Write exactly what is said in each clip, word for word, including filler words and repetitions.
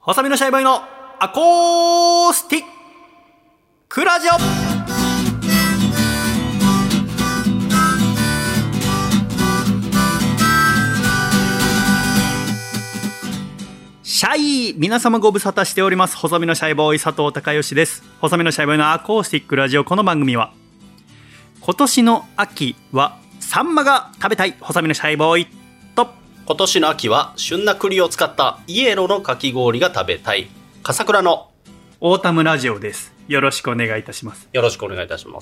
細身のシャイボーイのアコースティックラジオ。シャイ、皆様ご無沙汰しております。細身のシャイボーイ佐藤孝義です。細身のシャイボーイのアコースティックラジオ。この番組は今年の秋はサンマが食べたい細身のシャイボーイと、 今年の秋は旬な栗を使ったイエロのかき氷が食べたい笠倉のオータムラジオです。よろしくお願いいたします。 よろしくお願いいたします。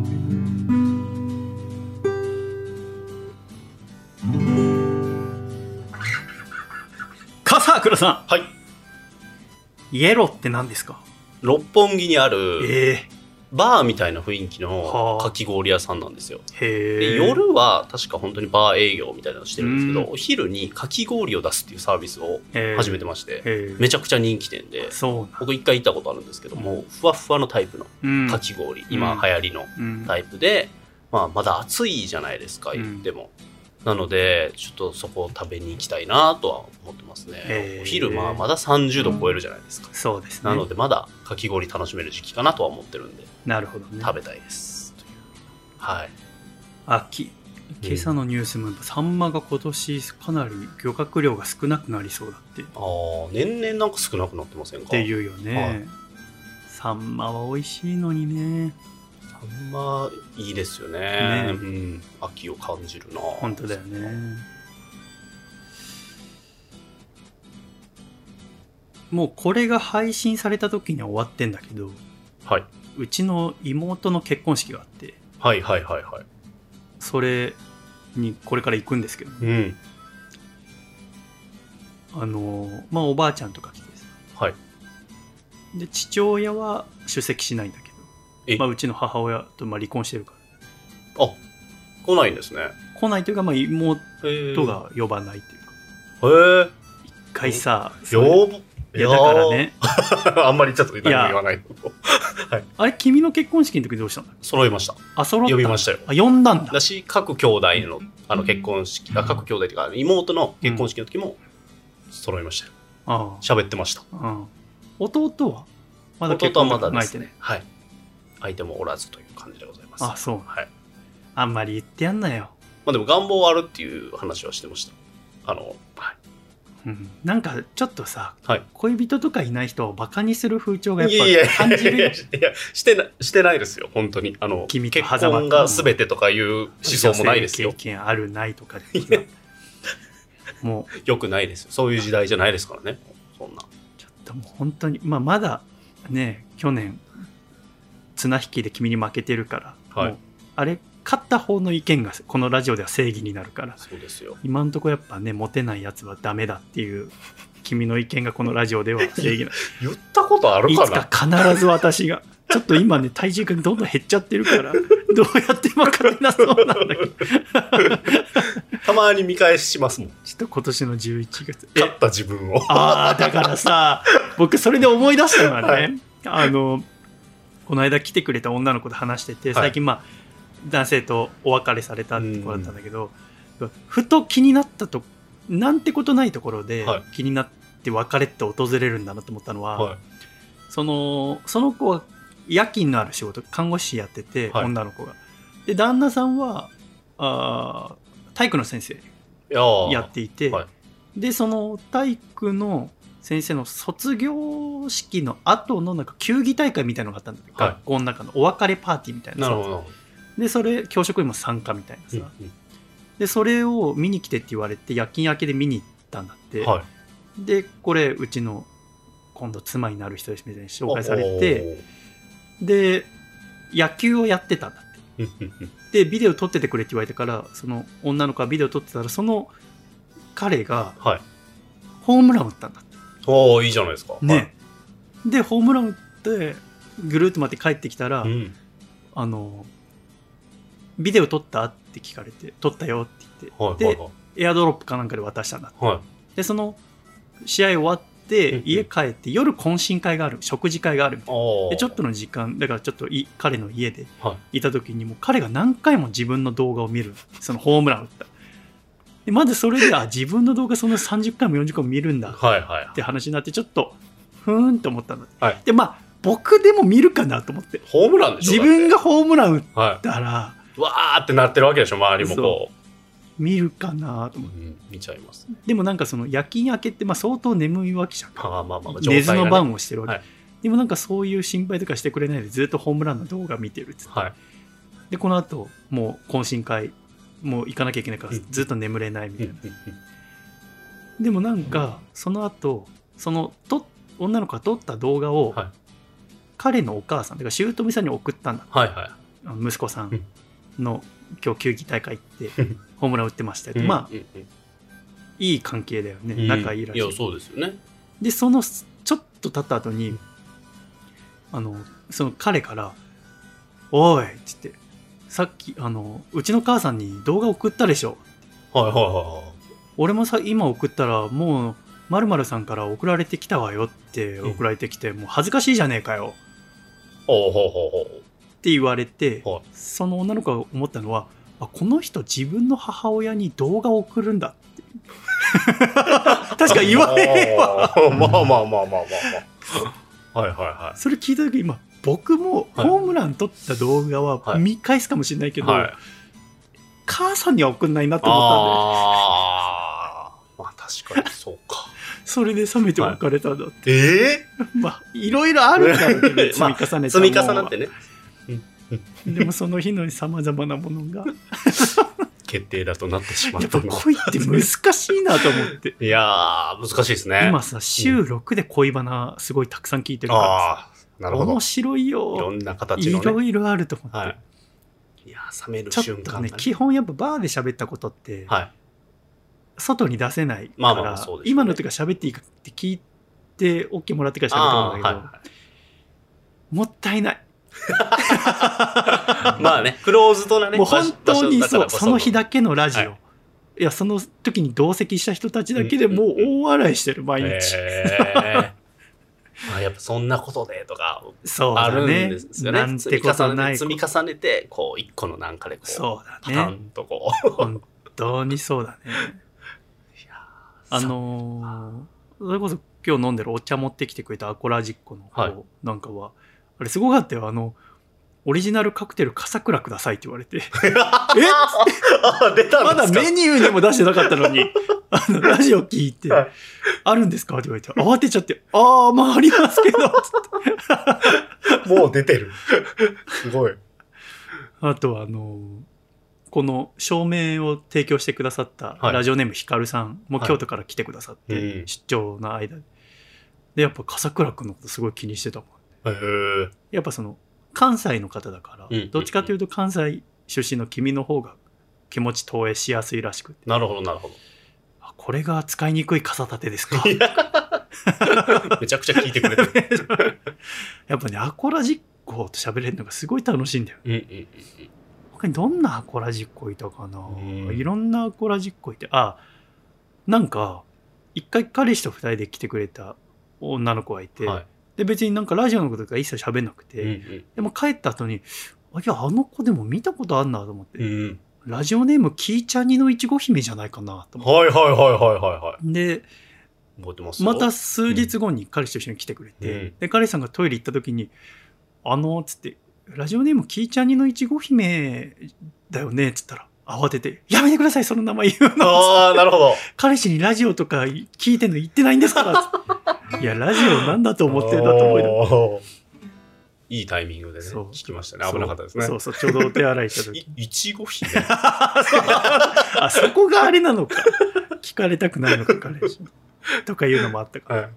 笠倉さん、 はい。 イエロって何ですか？ 六本木にあるえバーみたいな雰囲気はあのかき氷屋さんなんですよ。 ー、へでえ。 夜は確か本当にバー営業みたいなのしてるんですけど、 うんお昼にかき氷を出すっていうサービスをへー始めてまして、 へーめちゃくちゃ人気店で、 そうなん僕一回行ったことあるんですけども、ふわふわのタイプのうんかき氷、今流行りのうんタイプで、まあ、まだ暑いじゃないですか、言っても。なので、ちょっとそこを食べに行きたいなとは思ってますね。 へーお昼、まあ、まださんじゅうど超えるじゃないですか。 そうですね。 なので、まだかき氷楽しめる時期かなとは思ってるんで、 なるほどね。 食べたいです。というはい。 秋、今朝のニュースもサンマが今年かなり漁獲量が少なくなりそうだってっああ、年々なんか少なくなってませんか？ ていうよね、 はいサンマは美味しいのにね。 サンマ、いいですよね。 ねうん。秋を感じるな。 本当だよね。もうこれが配信された時には終わってんだけど、 はい。 うちの妹の結婚式があって、 はいはいはいはい。 それにこれから行くんですけど、 うん。 あのまあおばあちゃんとか来てさ、 はい。 で父親は出席しないんだけえど、まあ、うちの母親とまあ離婚してるからあ、来ないんですね。 来ないというか、まあ、妹へーが呼ばないというか、 へえ。 一回さ、 よーいやだからね、 あんまりちょっと何も言わないの。はい。 あれ君の結婚式の時どうしたんだっけ？ 揃いました。 あ、揃った。 呼びましたよ。 あ、呼んだんだ。 だし、各兄弟のあの結婚式、あ、各兄弟というか、妹の結婚式の時も揃いましたよ。 あ喋ってました。 あ、うん。弟はまだ結弟は婚まだですねないてね。。 はい。相手もおらずという感じでございます。 あ、そう。 はい。 あんまり言ってやんなよ。 まあでも願望はあるっていう話はしてました。あの、はい。 うん、なんかちょっとさ、 はい。 恋人とかいない人をバカにする風潮がやっいやいやぱ感じるよ。 いや、してな、してないですよ、本当に。あの、 君と結狭間婚が全てとかいう思想もないですよ女性経。験あるないとかでいやもうよくないですよ。そういう時代じゃないですからね。そんな。 ちょっともう本当に、まあ、まだね去年綱引きで君に負けてるから、 はいもうあれ勝った方の意見がこのラジオでは正義になるから、 そうですよ。 今のところやっぱねモテないやつはダメだっていう君の意見がこのラジオでは正義な言ったことあるいかな？ つか必ず私がちょっと今ね体重がどんどん減っちゃってるからどうやっても勝てなそうなんだけどたまに見返しますもん。 ちょっと今年のじゅういちがつ勝った自分を。 ああだからさ僕それで思い出したのはね、 はいあのこの間来てくれた女の子と話してて、最近まあ男性とお別れされたって子だったんだけど、ふと気になったとなんてことないところではい気になって別れって訪れるんだなと思ったのは、 はい。 そのその子は夜勤のある仕事看護師やってて、 はい女の子がで旦那さんはあ体育の先生いやーやっていて、 はいでその体育の先生の卒業式の後のなんか球技大会みたいなのがあったんだけど、 はい学校の中のお別れパーティーみたいなさなるほど。 でそれ教職員も参加みたいなさ、 うんうんでそれを見に来てって言われて夜勤明けで見に行ったんだって、 はい。 でこれうちの今度妻になる人ですみたいに紹介されて、で野球をやってたんだっておー、うんうんうんでビデオ撮っててくれって言われたからその女の子がビデオ撮ってたらその彼がはい。 ホームラン打ったんだっておー、いいじゃないですか。 ね、でホームラン打ってぐるっと回って帰ってきたら、 はい。うん。 あのビデオ撮ったって聞かれて撮ったよって言って、 はいはいではい。 エアドロップかなんかで渡したんだってはい。 でその試合終わってうんうん家帰って夜懇親会がある食事会があるみたいなおーでちょっとの時間だからちょっとい彼の家ではい。 いた時にもう彼が何回も自分の動画を見るそのホームラン打ったでまずそれであ自分の動画そんなさんじゅっかいもよんじゅっかいも見るんだはいはいって話になってちょっとふーんと思ったんだ、 はい、 でまあ僕でも見るかなと思ってホームランでしょ自分がホームラン打ったら、 はい、わーってなってるわけでしょ周りもこう見るかなと思って、 うん、見ちゃいます。 でもなんかその夜勤明けってまあ相当眠いわけじゃん、 あまあまあまあ寝ずの番をしてるわけ、 はい、 でもなんかそういう心配とかしてくれないでずっとホームランの動画見てるっつって、はい、でこの後もう懇親会もう行かなきゃいけないからずっと眠れないみたいなでもなんかその後そのと女の子が撮った動画を、はい、彼のお母さんだから姑さんに送ったんだ、はいはい、息子さんの今日球技大会行ってホームラン打ってましたよまあいい関係だよね仲いいらしい、 いやそうですよね。 でそのちょっと経った後にあのその彼から「おい」っつって「さっきあのうちの母さんに動画送ったでしょ」 はいはいはいはい、 俺もさ今送ったらもう〇〇さんから送られてきたわよって送られてきて、うん、もう恥ずかしいじゃねえかよほうほうほうほうって言われて、はい、その女の子が思ったのはあこの人自分の母親に動画を送るんだって確か言われればまあまあまあまあまあまあはいはいはいそれ聞いた時今僕もホームラン撮った動画は見返すかもしれないけど、はいはい、母さんには送んないなと思ったんでああまあ確かにそうかそれで冷めて別れたんだって、 はい、えー、まあいろいろあるんだろうけど、ねまあ、積み重ねたものは、 積み重なってねでもその日のさまざまなものが決定だとなってしまった。 やっぱ恋って難しいなと思っていやー難しいですね。 今さ週ろくで恋バナすごいたくさん聞いてるからさ、 うん、なるほど面白いよいろんな形のねいろいろあると思って、はい、 いや冷める瞬間、ね、 ちょっとね基本やっぱバーで喋ったことって、はい、外に出せないから、まあまあまあそうですね、今のというか喋っていいかって聞いて OK もらってから喋ったんだけど、はい、もったいないまあねクローズドなねもう本当にそうその日だけのラジオ、はい、いやその時に同席した人たちだけでもう大笑いしてる毎日、 えー、あやっぱそんなことでとかあるんですよね。 なんてことない積み重ねてこう一個のなんかでこうそうだねパタンとこう本当にそうだねいやあのー、それこそ今日飲んでるお茶持ってきてくれたアコラジッコの方なんかは、はい、あれすごかったよあのオリジナルカクテル笠倉くださいって言われてえあ出たんですか。 まだメニューにも出してなかったのにあのラジオ聞いて、はい、あるんですかって言われて慌てちゃってああまあありますけどもう出てるすごい。 あとはあのこの照明を提供してくださったラジオネームひかるさんも京都から来てくださって、はい、出張の間ででやっぱ笠倉くんのことすごい気にしてたもん、 へーやっぱその関西の方だから、うんうんうん、どっちかというと関西出身の君の方が気持ち投影しやすいらしくて。 なるほどなるほど。 あこれが使いにくい傘立てですかめちゃくちゃ聞いてくれるやっぱねアコラ実行と喋れるのがすごい楽しいんだよ、うんうんうん、他にどんなアコラ実行いたかな、うん、いろんなアコラ実行いてあなんか一回彼氏と二人で来てくれた女の子がいて、はいで別になんかラジオのこととか一切喋んなくて、うんうん、でも帰った後にあいやあの子でも見たことあんなと思って、うん、ラジオネームキーちゃんにのいちご姫じゃないかなと思ってはいはいはいはいはいはいで覚えてますまた数日後に彼氏と一緒に来てくれて、うん、で彼氏さんがトイレ行った時にあのつってラジオネームキーちゃんにのいちご姫だよねっつったら慌ててやめてくださいその名前言うのああなるほど彼氏にラジオとか聞いてんの言ってないんですからいやラジオなんだと思ってるんだと思いながらいいタイミングでね聞きましたね。危なかったですね。 そうそうちょうどお手洗いした時いいちご姫あそこがあれなのか聞かれたくないのか彼氏とかいうのもあったから、はい、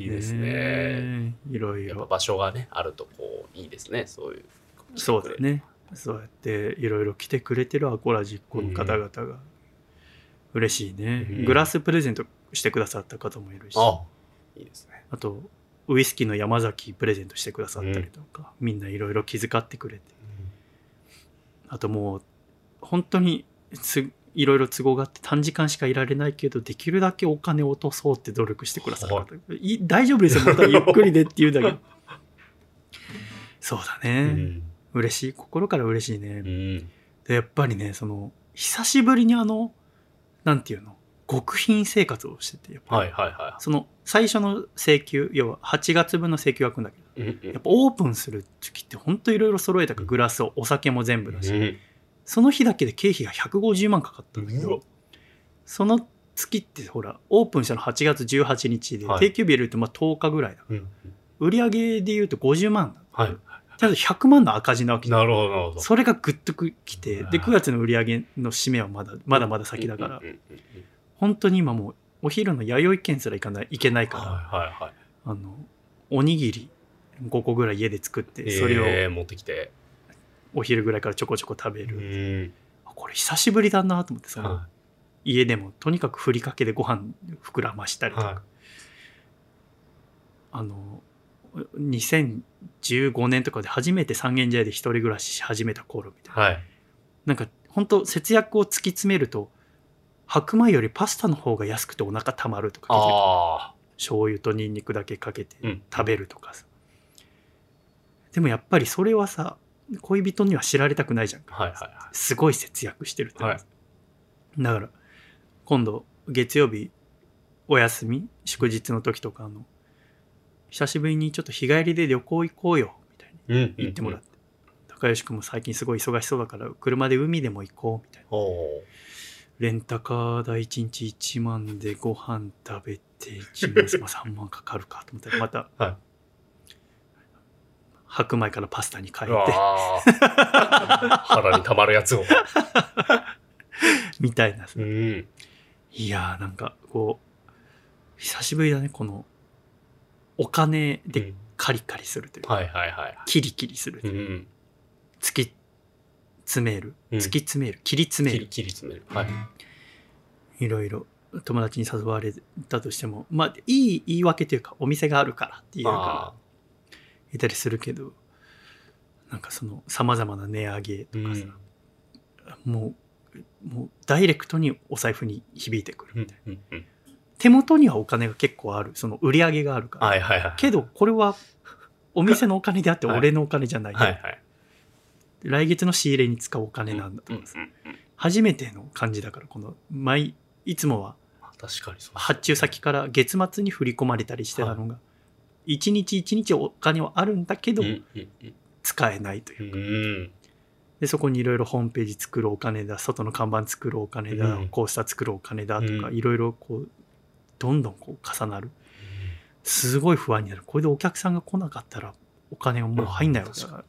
いいですね。 いろいろやっぱ場所がねあるとこういいですね。そういうそうだねそうやっていろいろ来てくれてるアコラ実行の方々が嬉しいね、うん、グラスプレゼントしてくださった方もいるし、 あいいですね。 あとウイスキーの山崎プレゼントしてくださったりとか、うん、みんないろいろ気遣ってくれて、うん、あともう本当についろいろ都合があって短時間しかいられないけどできるだけお金を落とそうって努力してくださる方、はい、い大丈夫ですよまたゆっくりでって言うんだけどそうだね、うん、嬉しい心から嬉しいね、うん、でやっぱりねその久しぶりにあのなんていうの、極貧生活をしてて、やっぱり、 はいはいはい。 その最初の請求、要ははちがつぶんの請求が来るんだけど、 うんうんやっぱオープンする時って本当いろいろ揃えたから、グラスをお酒も全部だし、 うんその日だけで経費がひゃくごじゅうまんかかったんだけど、 うわその月ってほらオープンしたのはちがつじゅうはちにちで、 はい定休日入れるとまあとおかぐらいだ、 うんうん売上で言うとごじゅうまんだ、 はい。 ちゃんとひゃくまんの赤字なわけじゃん。 なるほどなるほど。 それがぐっときて、でくがつの売上の締めはまだまだまだ先だから、 うんうんうんうん本当に今もうお昼の弥生券すら行かないいけないから、 はいはいはい。 あのおにぎりごこぐらい家で作ってそれえーを持ってきて。 お昼ぐらいからちょこちょこ食べうる、 ん。 これ久しぶりだなと思って、そのは家でもとにかくふりかけでご飯膨らましたりとか、 はあのにせんじゅうごねんとかで初めて三軒茶屋で一人暮らしし始めた頃みたいな、 はい。 なんか本当節約を突き詰めると白米よりパスタの方が安くてお腹たまるとか、 ああ。 醤油とニンニクだけかけてうん食べるとかさ、でもやっぱりそれはさ恋人には知られたくないじゃんか、 はいはいはい。 すごい節約してるって、 はいだから今度月曜日お休み祝日の時とか、あの久しぶりにちょっと日帰りで旅行行こうよみたいにうん。 言ってもらって、高吉君も最近すごい忙しそうだから車で海でも行こうみたいな、 おお。 レンタカー代いちにちいちまんでご飯食べていちまん、まあさんまんかかるかと思ったらまた、 はい白米からパスタに変えうわてー腹にたまるやつを。 みたいな、 うん。 いやーなんかこう久しぶりだね、このお金でカリカリするというか、 はいはいはい。 キリキリするとういうか、 ん。 突き詰める、 うん突き詰める、切り詰め切りる、 切り詰める。はい。 いろいろ友達に誘われたとしても、まあいい言い訳というか、お店があるからって言うからあいたりするけど、なんかそのさまざまな値上げとかさ、もうもうダイレクトにお財布に響いてくるうんみたいな、 うんうん。 手元にはお金が結構ある、その売り上げがあるから、 はいはいはい。 けどこれはお店のお金であってはい俺のお金じゃない、 はいはい。 来月の仕入れに使うお金なんだとかさ、 うんうんうん初めての感じだから、この毎いつもは確かにそう。 発注先から月末に振り込まれたりしてたのが、一日一日お金はあるんだけどうんうん使えないといううか、 ん。うん。 でそこにいろいろホームページ作るお金だ、外の看板作るお金だ、 うんコースター作るお金だとか、 うんいろいろこうどんどんこう重なる、すごい不安になる。これでお客さんが来なかったらお金がもう入んないわけだから、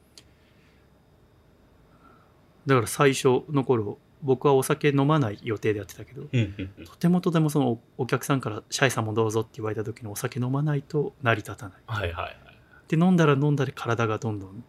だから最初の頃僕はお酒飲まない予定でやってたけど、 うんうんうん。 とてもとてもそのお客さんから「シャイさんもどうぞ」って言われた時にお酒飲まないと成り立たない。 はいはいはい。 で飲んだら飲んだで体がどんどん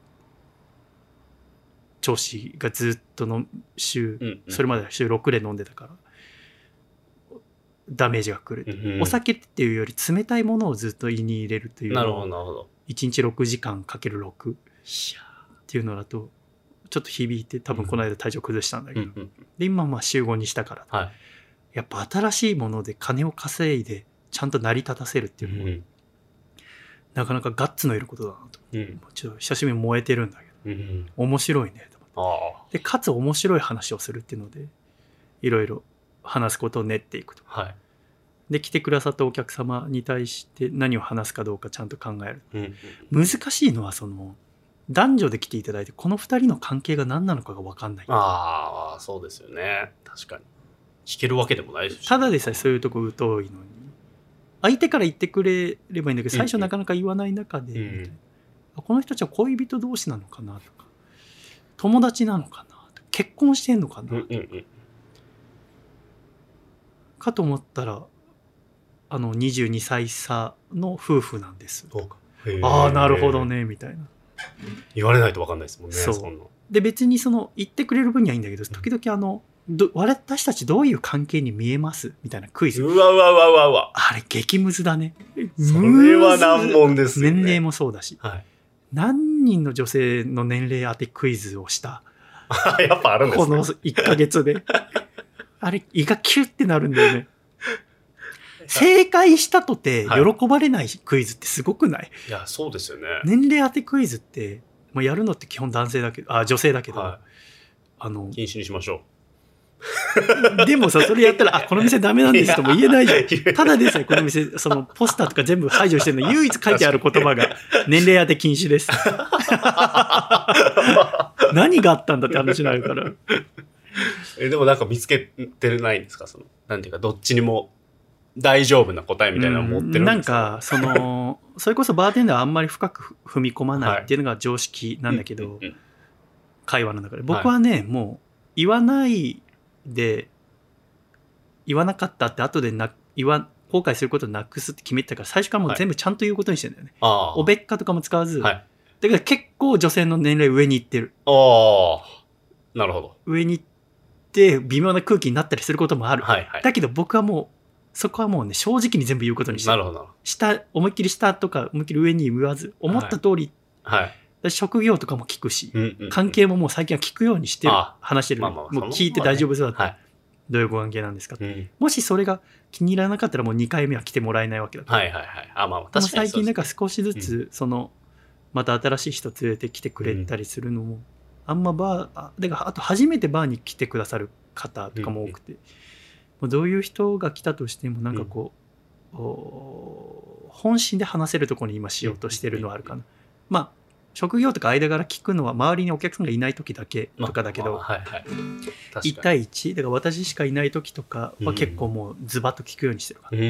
調子がずっとの週、 うんうんそれまでは週ろくで飲んでたからダメージが来る、 うんうんお酒っていうより冷たいものをずっと胃に入れるというなるほどのをなるほど。 いちにちろくじかんかけるろくっていうのだとちょっと響いて、多分この間体調崩したんだけど、 うんうん。 で今はまあ週ごにしたからはい。 やっぱ新しいもので金を稼いでちゃんと成り立たせるっていうのも、 うんなかなかガッツのいることだなと。 うんちょっと久しぶりに燃えてるんだけど、 うん。 面白いねと思って。 ああ。 で、かつ面白い話をするっていうので、いろいろ話すことを練っていくと。 はい。 で、来てくださったお客様に対して何を話すかどうかちゃんと考える。 うんうん。 難しいのは、その、男女で来ていただいて、この二人の関係が何なのかが分かんない。 ああ、そうですよね。確かに。弾けるわけでもないですし。 ただでさえそういうとこ疎いのに、相手から言ってくれればいいんだけど、最初なかなか言わない中で、 うんみたいなあこの人たちは恋人同士なのかなとか、友達なのかなとか、結婚してんのかな、 うんうんうん。 かと思ったら、あのにじゅうにさい差の夫婦なんです。 そうか。 ああ、なるほど。ね、みたいな。 言われないと分かんないですもんね。 そうそんな。 で、別にその言ってくれる分にはいいんだけど、時々あの、ど私たちどういう関係に見えますみたいなクイズ。 うわうわうわうわうわ。 あれ、激ムズだね。 それは難問ですよね。 年齢もそうだし。 はい。 何人の女性の年齢当てクイズをしたやっぱあるんですね。 このいっかげつで。あれ、胃がキュッてなるんだよね。正解したとて喜ばれないクイズってすごくない、 いや、そうですよね。 年齢当てクイズって、まあ、やるのって基本男性だけど、あ、女性だけど、 はあのい。、禁止にしましょでもさ、それやったら、あ、この店ダメなんですとも言えないじゃん。ただでさえこの店、そのポスターとか全部排除してるの、唯一書いてある言葉が、年齢当て禁止です。何があったんだって話になるから。 え、でもなんか見つけてないんですか？その、なんていうか、どっちにも大丈夫な答えみたいなの持ってるんですか？ なんか、その、それこそバーテンダーはあんまり深く踏み込まないっていうのが常識なんだけど、はい、うんうん、会話の中で。僕はね、はい、もう、言わないで、言わなかったって後でな言わ後悔することをなくすって決めてたから、最初からもう全部ちゃんと言うことにしてるんだよね。はい、おべっかとかも使わず、はい、だから結構女性の年齢上に行ってる。 ああ、なるほど。 上に行って微妙な空気になったりすることもある。はいはい、だけど僕はもうそこはもうね、正直に全部言うことにしてる。なるほど。下、思いっきり下とか思いっきり上に言わず、思った通り、はいはい、職業とかも聞くし、うんうんうん、関係ももう最近は聞くようにしてる、話してる、まあまあ、もう聞いて大丈夫そうだった、はい、どういうご関係なんですか、うん、もしそれが気に入らなかったらもうにかいめは来てもらえないわけだから、はいはいはい、あ、まあ、確かに最近なんか少しずつ、うん、そのまた新しい人連れてきてくれたりするのも、うん、あんまバー、あ、だからあと初めてバーに来てくださる方とかも多くて、うんうん、もうどういう人が来たとしてもなんかこう、うん、本心で話せるところに今しようとしてるのはあるかな、うんうん、まあ職業とか間柄聞くのは周りにお客さんがいない時だけとかだけど、まあはいはい、いち対いちだから私しかいない時とかは結構もうズバッと聞くようにしてるから、うん、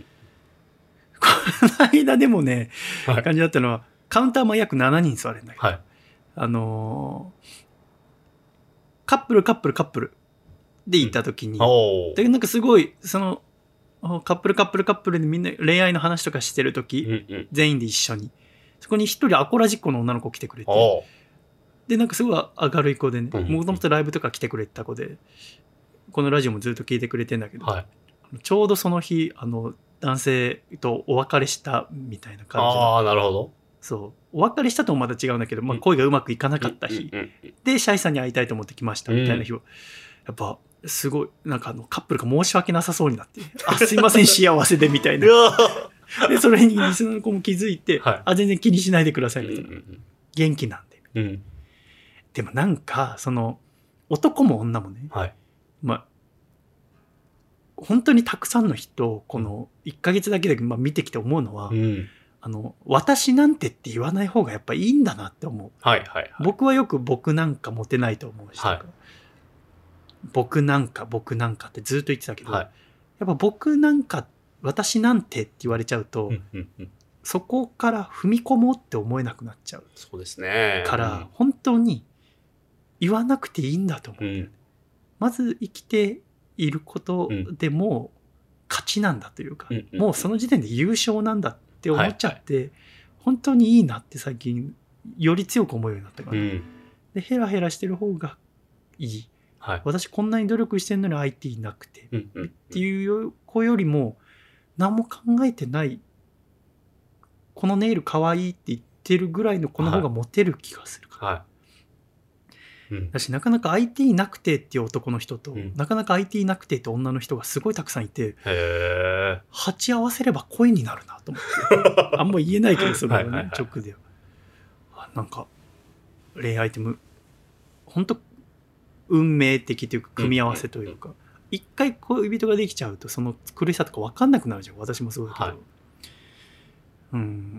この間でもね、はい、感じだったのはカウンターも約しちにん座れるんだけど、はい、あのー、カップルカップルカップルで行った時に、うん、でなんかすごいそのカップルカップルカップルでみんな恋愛の話とかしてる時、うんうん、全員で一緒にそこに一人アコラジックの女の子来てくれて、でなんかすごい明るい子でね、もともとライブとか来てくれた子でこのラジオもずっと聞いてくれてんだけど、はい、ちょうどその日あの男性とお別れしたみたいな感じの、 あ、なるほど、 そうお別れしたともまた違うんだけど、まあ、恋がうまくいかなかった日、うんうんうん、でシャイさんに会いたいと思ってきましたみたいな日を、うん、やっぱすごいなんかあのカップルが申し訳なさそうになってあすいません幸せでみたいなでそれにリスナーの子も気づいて、はい、あ全然気にしないでくださいみたいな、うんうんうん、元気なんで、うん、でもなんかその男も女もね、はい、まあ本当にたくさんの人をこのいっかげつだけで、まあ、見てきて思うのは、うん、あの私なんてって言わない方がやっぱいいんだなって思う、はいはいはい、僕はよく僕なんかモテないと思うし、はい、僕なんか僕なんかってずっと言ってたけど、はい、やっぱ僕なんか私なんてって言われちゃうと、うんうんうん、そこから踏み込もうって思えなくなっちゃう。 そうですね。 から、うん、本当に言わなくていいんだと思う、うん。まず生きていることでも勝ちなんだというか、うんうんうん、もうその時点で優勝なんだって思っちゃって、はいはい、本当にいいなって最近より強く思うようになったから、うん、でヘラヘラしてる方がいい。はい、私こんなに努力してるのに相手いなくて、うんうんうん、っていう子よりも何も考えてないこのネイルかわいいって言ってるぐらいの子の方がモテる気がするから、はいうん、だしなかなか相手いなくてっていう男の人と、うん、なかなか相手いなくてって女の人がすごいたくさんいて、へ鉢合わせれば恋になるなと思ってあんま言えないけどそれはね、はいはいはい、直ではなんか恋愛ってむ本当運命的というか組み合わせというか、うんうんうん、一回恋人ができちゃうとその苦しさとか分かんなくなるじゃん。私もそうだけど、はいうん、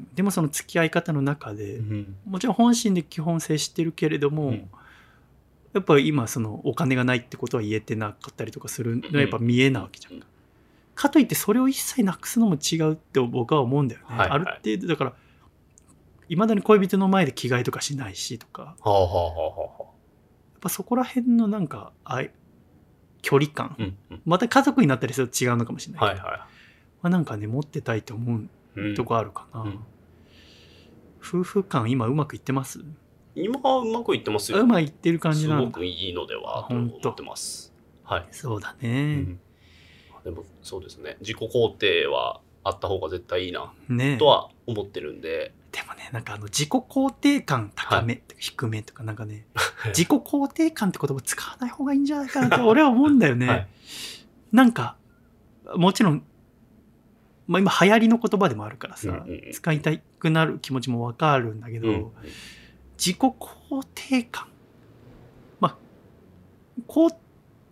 でもその付き合い方の中で、うん、もちろん本心で基本接してるけれども、うん、やっぱり今そのお金がないってことは言えてなかったりとかするのはやっぱ見えないわけじゃん、うん、かといってそれを一切なくすのも違うって僕は思うんだよね、はいはい、ある程度だからいまだに恋人の前で着替えとかしないしとか、はあはあはあ、やっぱそこら辺のなんかあ距離感、うんうん、また家族になったりすると違うのかもしれないけど、はいはいまあ、なんかね持ってたいと思うとこあるかな、うん、夫婦間今うまくいってます？ 今はうまくいってますよ。 うまくいってる感じなんだ。 すごくいいのではと思ってます。はい。 そうだね、うん、 でもそうですね自己肯定はあった方が絶対いいな、ね、とは思ってるんで。 でもねなんかあの自己肯定感高め、はい、低めとかなんかね自己肯定感って言葉使わない方がいいんじゃないかなって俺は思うんだよね、はい、なんかもちろんまあ、今流行りの言葉でもあるからさ、うんうんうん、使いたくなる気持ちも分かるんだけど、うんうん、自己肯定感まあ肯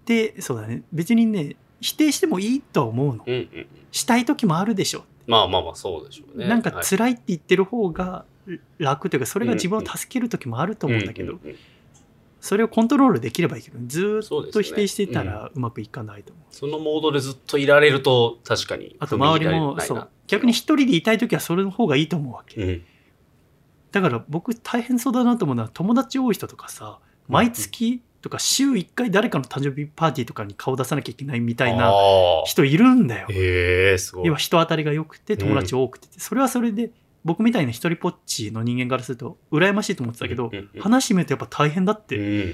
定そうだね別にね否定してもいいとは思うの、 うんうんうん、 したい時もあるでしょ。 まあまあまあそうでしょうね。 なんか辛いって言ってる方が楽というかそれが自分を助ける時もあると思うんだけど、うんうんうん、それをコントロールできればいいけどずっと否定してたらうまくいかないと思う。 そのモードでずっといられると確かにあと周りもそう逆に一人でいたい時はそれの方がいいと思うわけ、うん、だから僕大変そうだなと思うのは友達多い人とかさ毎月とか週いっかい誰かの誕生日パーティーとかに顔出さなきゃいけないみたいな人いるんだよ。 へーすごい。 要は人当たりが良くて友達多くて、うん、それはそれで僕みたいな一人ぽっちの人間からすると羨ましいと思ってたけど、うんうんうん、話してみるとやっぱ大変だって、うん、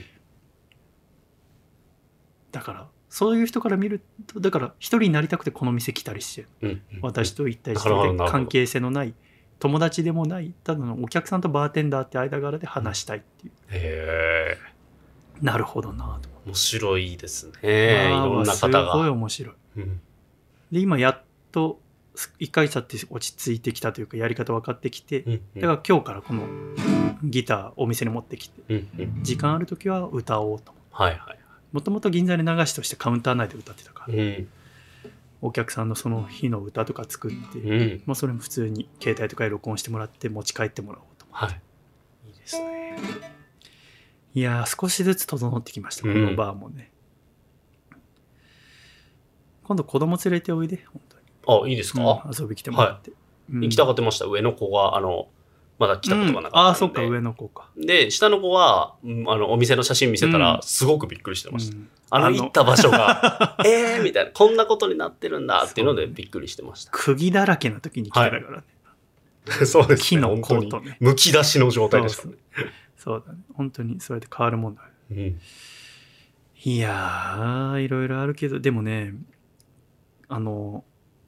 だからそういう人から見るとだから一人になりたくてこの店来たりして、うんうん、私と一対一で関係性のない友達でもないただのお客さんとバーテンダーって間柄で話したいっていう、うん、へーなるほどなと。 面白いですね。いろんな方がすごい面白い、うん、で今やっといっかげつ経って落ち着いてきたというかやり方分かってきて、うんうん、だから今日からこのギターお店に持ってきて、うんうん、時間ある時は歌おうと。はいはいはい。もともと銀座で流しとしてカウンター内で歌ってたから、うん、お客さんのその日の歌とか作って、うん、まあ、それも普通に携帯とかで録音してもらって持ち帰ってもらおうと思って、はい、いいですね。いやー少しずつ整ってきましたこのバーもね、うん、今度子供連れておいで本当に。 あいいですか、 うん、遊び来てもらって、はいうん、行きたがってました。上の子があのまだ来たことがなかったので、うん、 ああそっか上の子か。 で下の子はあのお店の写真見せたらすごくびっくりしてました、うん、あの行った場所がえーみたいなこんなことになってるんだっていうのでびっくりしてました。 釘だらけの時に来てたからね、 はい、そうですね。 木のコートねむき出しの状態でしたね。 そうだね本当にそれで変わるもんだ、うん、いやーいろいろあるけどでもねあの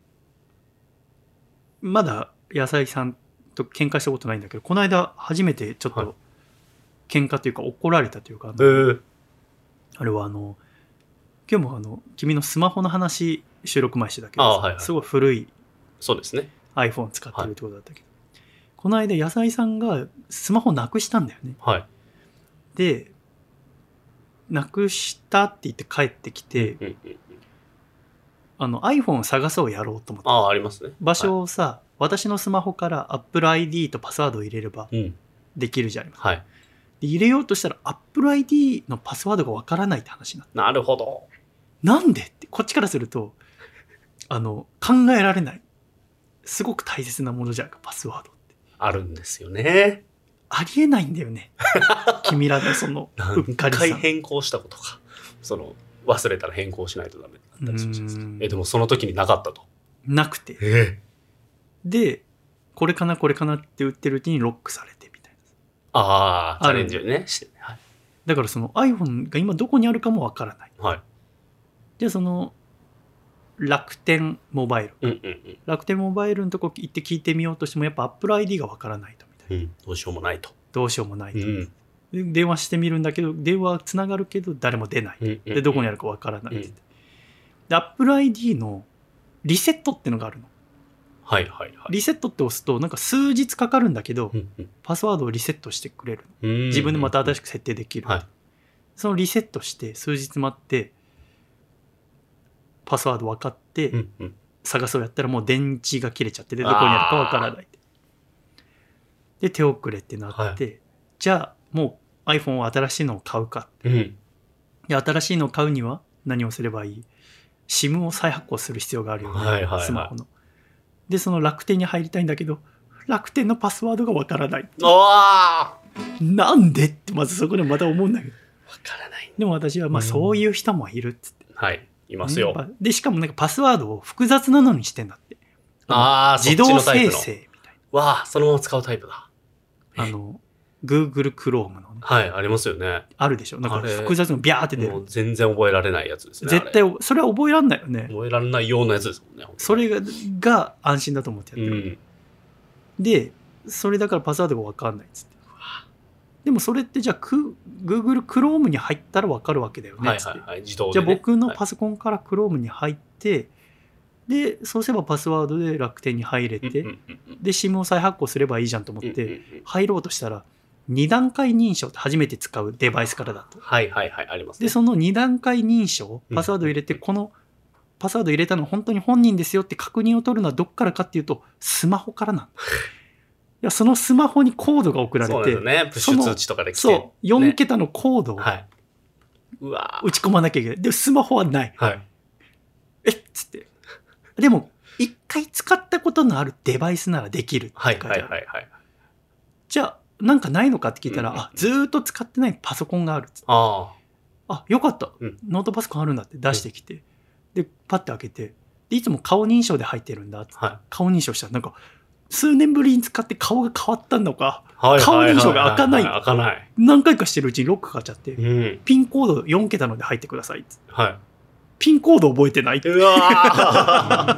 まだ野菜さんと喧嘩したことないんだけどこの間初めてちょっと喧嘩というか怒られたというか、はい、あ, の、えー、あれはあの今日もあの君のスマホの話収録前してたけど、はいはい、すごい古いそうですね iPhone 使ってるってことだったけど、はいこの間野菜さんがスマホなくしたんだよね、はい、でなくしたって言って帰ってきて、うんうんうん、あの iPhone を探そうやろうと思って。 あありますね。 場所をさ、はい、私のスマホから Apple アイディー とパスワードを入れればできるじゃないですか、うんはい、で入れようとしたら Apple アイディー のパスワードがわからないって話になった。 なるほど。 なんでってこっちからするとあの考えられないすごく大切なものじゃないかパスワードあるんですよね。 ありえないんだよね君らのそのうっかりさん何回変更したことかその忘れたら変更しないとダメだったりするじゃないですか。えでもその時になかったと。 なくて、えー、でこれかなこれかなって売ってるうちにロックされてみたいな。 ああチャレンジをねして、はい、 だからその iPhone が今どこにあるかもわからない、はい、でその楽天モバイル、うんうんうん、楽天モバイルのとこ行って聞いてみようとしてもやっぱ Apple アイディー がわからないとみたいな、うん、 どうしようもないとどうしようもないと、うん、で電話してみるんだけど電話つながるけど誰も出ない、うんうんうん、でどこにあるかわからないって、うん、で Apple アイディー のリセットってのがあるの。 はいはいはい。 リセットって押すとなんか数日かかるんだけど、うんうん、パスワードをリセットしてくれる、うんうん、自分でまた新しく設定できる、はい、そのリセットして数日待ってパスワード分かって、うんうん、探そうやったらもう電池が切れちゃってでどこにあるか分からないで手遅れってなって、はい、じゃあもう iPhone は新しいのを買うかって、うん、で新しいのを買うには何をすればいい SIM を再発行する必要があるよね、はいはいはい、スマホのでその楽天に入りたいんだけど楽天のパスワードが分からないなんでってまずそこでまた思うんだけど分からないでも私はまあそういう人もいるっつって、 うん、はいいますよ。 でしかもなんかパスワードを複雑なのにしてんだって。 ああ、 自動生成みたいな。わあ、そのまま使うタイプだ。 あの Google Chrome の、ね、 はいありますよね。 あるでしょ。なんか複雑のビャーって出る。もう全然覚えられないやつですね。 絶対それは覚えられないよね。 覚えられないようなやつですもんね。 それがが安心だと思ってやってる。うん、でそれだからパスワードが分かんないっつって。でもそれってじゃあ Google Chrome に入ったら分かるわけだよね、はいはいはい、自動でね、じゃあ僕のパソコンから Chrome に入って、はい、でそうすればパスワードで楽天に入れて、うんうんうん、で SIM を再発行すればいいじゃんと思って、うんうんうん、入ろうとしたらに段階認証って初めて使うデバイスからだと。 はいはいはい、ありますね。 で、そのに段階認証、パスワードを入れて、このパスワード入れたの本当に本人ですよって確認を取るのはどっからかっていうと、スマホからなんだ。いや、そのスマホにコードが送られて、 そうですよね。プッシュ通知とかで来て。 そう、よん桁のコードをはい。うわ打ち込まなきゃいけない。で、スマホはない。 はい。 えっつって。でも、一回使ったことのあるデバイスならできるってはい書いてある。 はいはいはい。 じゃあ、なんかないのかって聞いたら、 うんうんうんあ、ずーっと使ってないパソコンがあるっつって。 ああ、よかった、 うんノートパソコンあるんだって出してきて。で、パッて開けて。で、いつも顔認証で入ってるんだっつって。 あ。はい。 顔認証したら、なんか、数年ぶりに使って顔が変わったのか、 はい顔認証が開かない開かない。 何回かしてるうちにロックかかっちゃって、 うん。 ピンコードよん桁ので入ってくださいっつって。 はピンコード覚えてないって。 い。うわ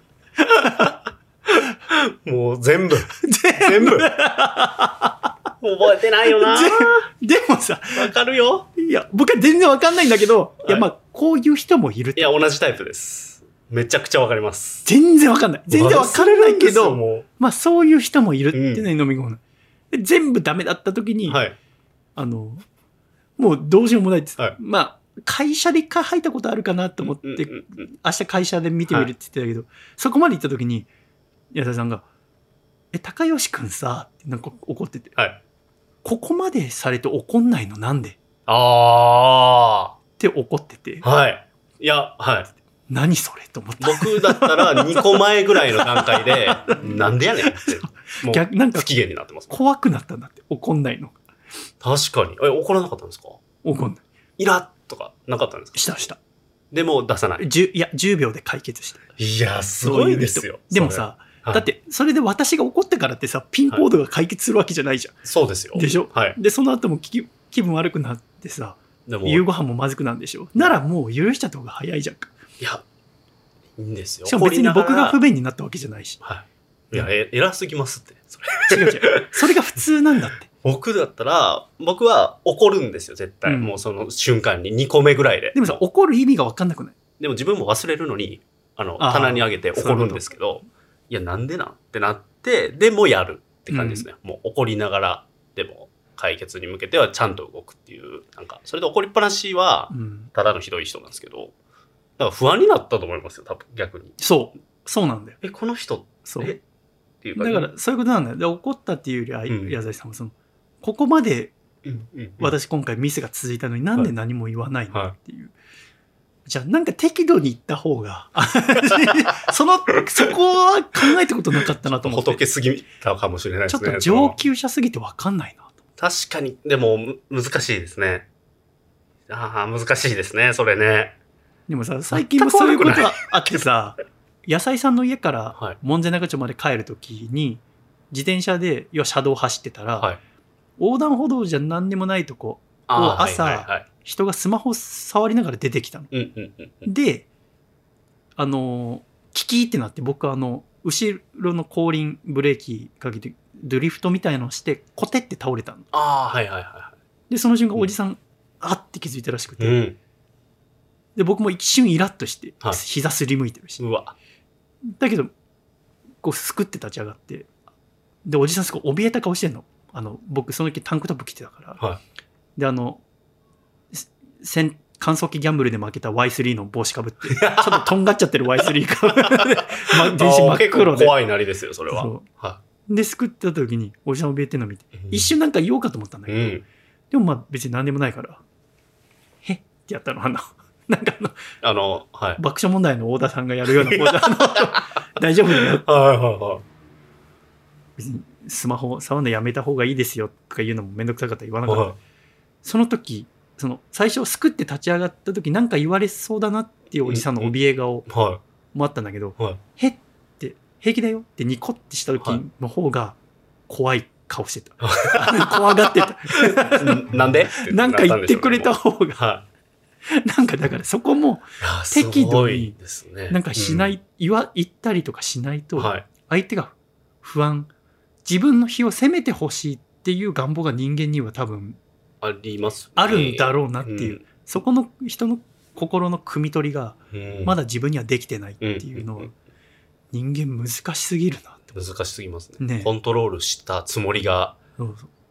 ーもう全部。全部。覚えてないよな。 でもさ、 わかるよ。 いや、僕は全然わかんないんだけど、 はいいや、まあ、こういう人もいるっていや、同じタイプです。めちゃくちゃわかります。 全然わかんない。全然わかんないけど、 もまあ、そういう人もいるっていうのに飲み込む。で全部ダメだった時に、 うはい。 あの、もうどうしようもないです。 はいまあ、会社で一回入ったことあるかなと思って、 うんうんうん明日会社で見てみるって言ってたけど、そこまで行った時に、矢田さんが、え、高吉くんさ、ってなんか怒ってて、 はい。 ここまでされて怒んないのなんでっあて怒ってて、 あ。はい。いや、はい。 何それと思った。 僕だったらにこまえぐらいの段階で、なんでやねんって。もう、 逆なんか不機嫌になってます。 怖くなったんだって、怒んないの。 確かに。え、怒らなかったんですか？ 怒んない。 イラッとかなかったんですか？ したした。 でも出さない。 じゅいや、じゅうびょうで解決した。 いや、すごいですよ。 でもさ、 それ、 だって、それで私が怒ってからってさ、ピンコードが解決するわけじゃないじゃん。 そうですよ。 でしょ？ はい。 で、その後も気気分悪くなってさ、 でも、 夕ご飯もまずくなんでしょ。ならもう許しちゃった方が早いじゃんか。 いや、いいんですよ。 しかも別に僕が不便。 便になったわけじゃないし。 はい。いや、え、偉すぎますって。それ。 違う違う。それが普通なんだって。 僕だったら、僕は怒るんですよ、絶対。 うんもうその瞬間ににこめぐらいで。 でもさ、怒る意味が分かんなくない？ でも自分も忘れるのに、あの、 あー棚にあげて怒るんですけど、いや、なんでなんってなって、でもやるって感じですね。もう怒りながら、でも解決に向けてはちゃんと動くっていう、なんか、それで怒りっぱなしはう、ん。 ただのひどい人なんですけど、だから不安になったと思いますよ、多分逆に。 そう。そうなんだよ。 え、この人、 そう。 えっていうか、 だから、そういうことなんだよ。で怒ったっていうより、あうん矢崎さんはその、ここまでうんうんうん、 私今回ミスが続いたのになんで何も言わないのはいっていう。じゃあなんか適度に言った方が、その、そこは考えたことなかったなと思って。 仏すぎたかもしれないですね。 ちょっと上級者すぎて分かんないなと。 確かに、でも、む難しいですね。ああ、難しいですね、それね。 でもさ、最近もそういうことがあってさ、野菜さんの家かはいら門前仲町まで帰るときに、自転車で、要は車道走ってたら、 はい。 横断歩道じゃ何でもないとこ、 あー朝はいはいはい。 人がスマホ触りながら出てきたの。 うんうんうんうん。 で、あの、キキってなって、僕はあの、後ろの後輪ブレーキかけて、ドリフトみたいのをして、コテって倒れたの。 ああ、はいはいはで、その瞬間、 うんおじさん、あって気づいたらしくて、 いはい。うん。 で、僕も一瞬イラッとして、 はい膝すりむいてるし。 うわ。 だけど、こう、すくって立ち上がって、で、おじさんすごい怯えた顔してんの。あの、僕、その時タンクトップ着てたから。 はで、あの、せん乾燥機ギャンブルで負けた ワイスリー の帽子かぶって、ちょっととんがっちゃってる ワイスリー かぶって、ま、全身真っ結黒で。 構怖いなりですよ、それは。 そうはで、すくってた時に、おじさん怯えてるの見て、 い。 一瞬なんか言おうかと思ったんだけど、 うん。 でもまあ別に何でもないから、へっってやったの、あの、なんかあの、 あの、はい。 爆笑問題の太田さんがやるようなポーズ、あの大丈夫だよ。 はいはいはい。 別にスマホ触るのやめた方がいいですよとか言うのもめんどくさかったら言わなかった。 はいその時、その最初すくって立ち上がった時なんか言われそうだなっていうおじさんの怯え顔はもあったんだけど、 い。はい。 へって平気だよってニコってした時の方が怖い顔してた。怖がってた。 なんでなんか言ってくれた方が、 はなんかだからそこもい。いや適度にすごいですねなんかしない、言わ、言ったりとかしないと、 うんはい。 相手が不安、自分の非を責めてほしいっていう願望が人間には多分ありますね。 あるんだろうなっていう、そこの人の心の汲み取りがうん。 まだ自分にはできてないっていうのはんん人間難しすぎるなって。 難しすぎますねね。コントロールしたつもりがそうそう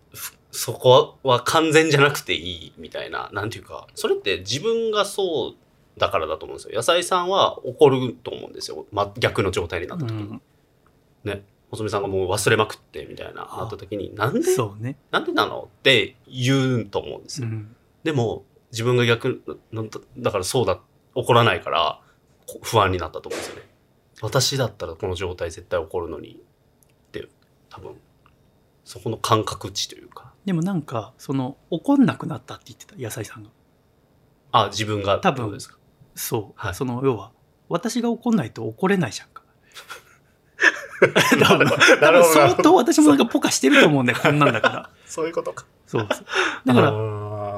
そこは完全じゃなくていいみたいな、なんていうか、それって自分がそうだからだと思うんですよ。野菜さんは怒ると思うんですよ。ま、逆の状態になった時に。うん、ね。細見さんがもう忘れまくってみたいな、なった時に、なんで、 そうね、 なんでなのって言うと思うんですよ。うん、でも、自分が逆、だからそうだ、怒らないから、不安になったと思うんですよね。私だったらこの状態絶対怒るのに、って、多分、そこの感覚値というか。 でもなんか、その、怒んなくなったって言ってた、野菜さんが。 あ、自分が。 多分ですか。そう。はい、その、要は、私が怒んないと怒れないじゃんか。多分相当私もなんかポカしてると思うんだよ、こんなんだから。 そういうことか。 そうそう。だから、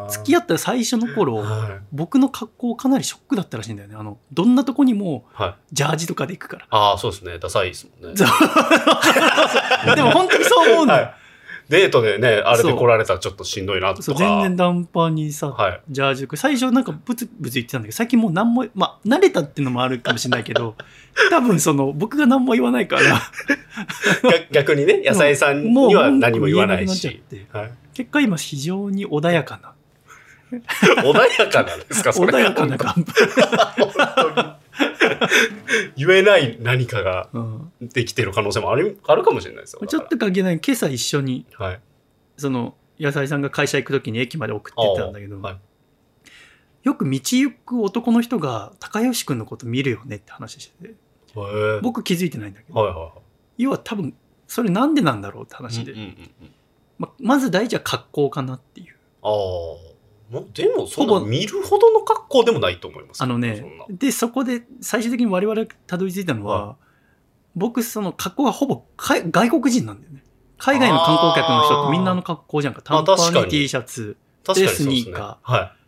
付き合った最初の頃、はい、僕の格好かなりショックだったらしいんだよね。あの、どんなとこにも、ジャージとかで行くから。 はい、ああ、そうですね。ダサいですもんね。 でも本当にそう思うんだよ。はい、 デートでね、あれで来られたらちょっとしんどいなとか。 そう、全然短パンにさ、はい、ジャージ服。最初なんかブツブツ言ってたんだけど、最近もう何も、まあ、慣れたっていうのもあるかもしれないけど、多分その、僕が何も言わないから。 逆にね、野菜さんには何も言わないし。 はい、結果今非常に穏やかな。 穏やかなんですか、それ。 穏やかな感じ。 本当に。言えない何かができてる可能性もある、あるかもしれないですよ。 ちょっと関係ない。今朝一緒に、はい、その野菜さんが会社行くときに駅まで送ってったんだけど、はい、よく道行く男の人が高吉君のこと見るよねって話してて、僕気づいてないんだけど、はいはいはい、要は多分それなんでなんだろうって話で、うんうんうんうん、ま, まず大事は格好かなっていう。 ああ、でもそんな見るほどの格好でもないと思います。 あのね、でそこで最終的に我々がたどり着いたのは、はい、僕その格好がほぼ外国人なんだよね。海外の観光客の人ってみんなの格好じゃんか。短パンに T シャツでスニーカー、はい、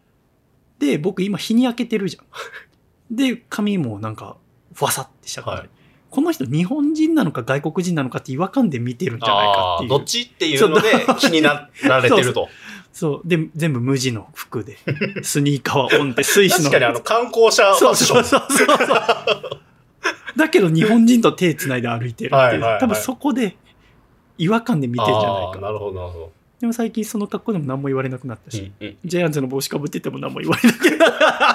で僕今日に焼けてるじゃん。で髪もなんかフワサってしたから、はい、この人日本人なのか外国人なのかって違和感で見てるんじゃないかっていう。 どっちっていうので気になられてると。 そうで全部無地の服でスニーカーはオンってスイスの確かにあの観光者ファッション。そうそうそうそうだけど日本人と手つないで歩いてるっていう、はいはいはい、多分そこで違和感で見てるんじゃないか。 なるほどなるほど。 でも最近その格好でも何も言われなくなったし、うんうん、ジャイアンツの帽子かぶってても何も言われなくな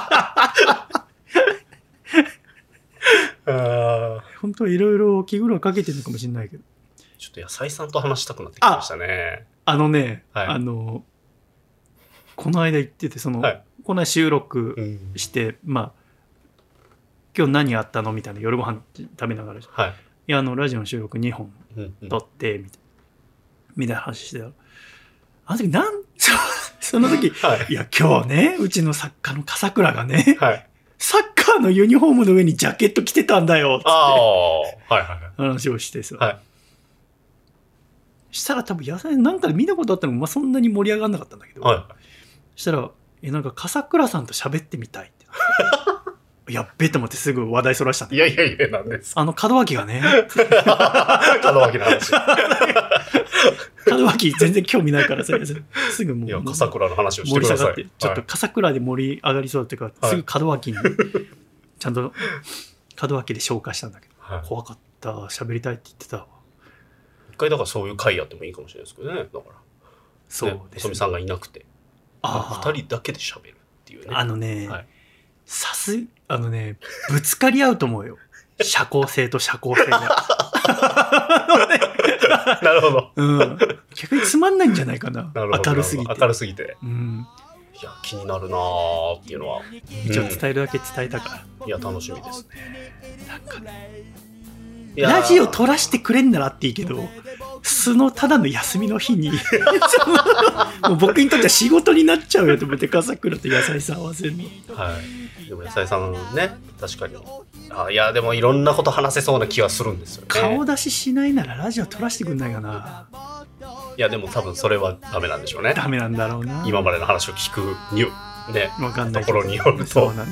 った本当はいろいろ気苦労かけてるのかもしれないけど、 ちょっと野菜さんと話したくなってきましたね。 あ、あのね、はい、あのこの間言っててその、はい、この間収録して、うん、まあ今日何あったのみたいな夜ご飯食べながら、はい、いやあのラジオの収録にほん撮ってみたいな、みたいな話してたら、あの時なんその時、はい、いや今日ねうちの作家の笠倉がね、はい、サッカーのユニフォームの上にジャケット着てたんだよっつって、はいはいはい、話をしてさ、はい、したら多分野菜なんかで見たことあったのも、まあ、そんなに盛り上がんなかったんだけど、はい、したらえなんか笠倉さんと喋ってみたいってやっべと思ってすぐ話題そらしたんだ。 いやいやいや、なんですあの門脇がね門脇の話門脇全然興味ないからさすぐもういや笠倉の話をしてください。盛り下がって、はい、 ちょっと笠倉で盛り上がりそうだっていうか、はい、すぐ門脇にちゃんと門脇で消化したんだけど、はい、怖かった、喋りたいって言ってたわ。 一回だからそういう会やってもいいかもしれないですけどね。だからそうですね、 細見さんがいなくてふたりだけで喋るっていうね。 あのね、はい、さすあのねぶつかり合うと思うよ社交性と社交性がなるほど、 うん、逆につまんないんじゃないかな。明るすぎて明るすぎて、 うん、 いや気になるなーっていうのは一応伝えるだけ伝えたから、 うん、いや楽しみですね。 なんかラジオ撮らしてくれんならっていいけど、素のただの休みの日にもう僕にとっては仕事になっちゃうよと思って、笠倉と野菜さん合わせるの。 はい。でも野菜さんね、確かにあ、いやでもいろんなこと話せそうな気はするんですよね。 顔出ししないならラジオ撮らせてくんないかな。 いやでも多分それはダメなんでしょうね。 ダメなんだろうな。 今までの話を聞くにね、 わかんないところによると、 そうなんで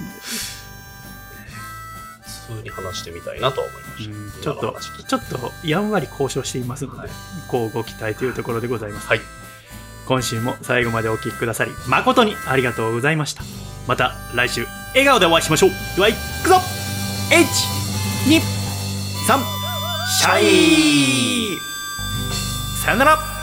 普通に話してみたいなと思いました。 うん、ちょっとちょっとやんわり交渉していますので、はい、こうご期待というところでございます。はい。今週も最後までお聞きくださり誠にありがとうございました。また来週笑顔でお会いしましょう。ではいくぞ。いち、に、さん、シャイ。さよなら。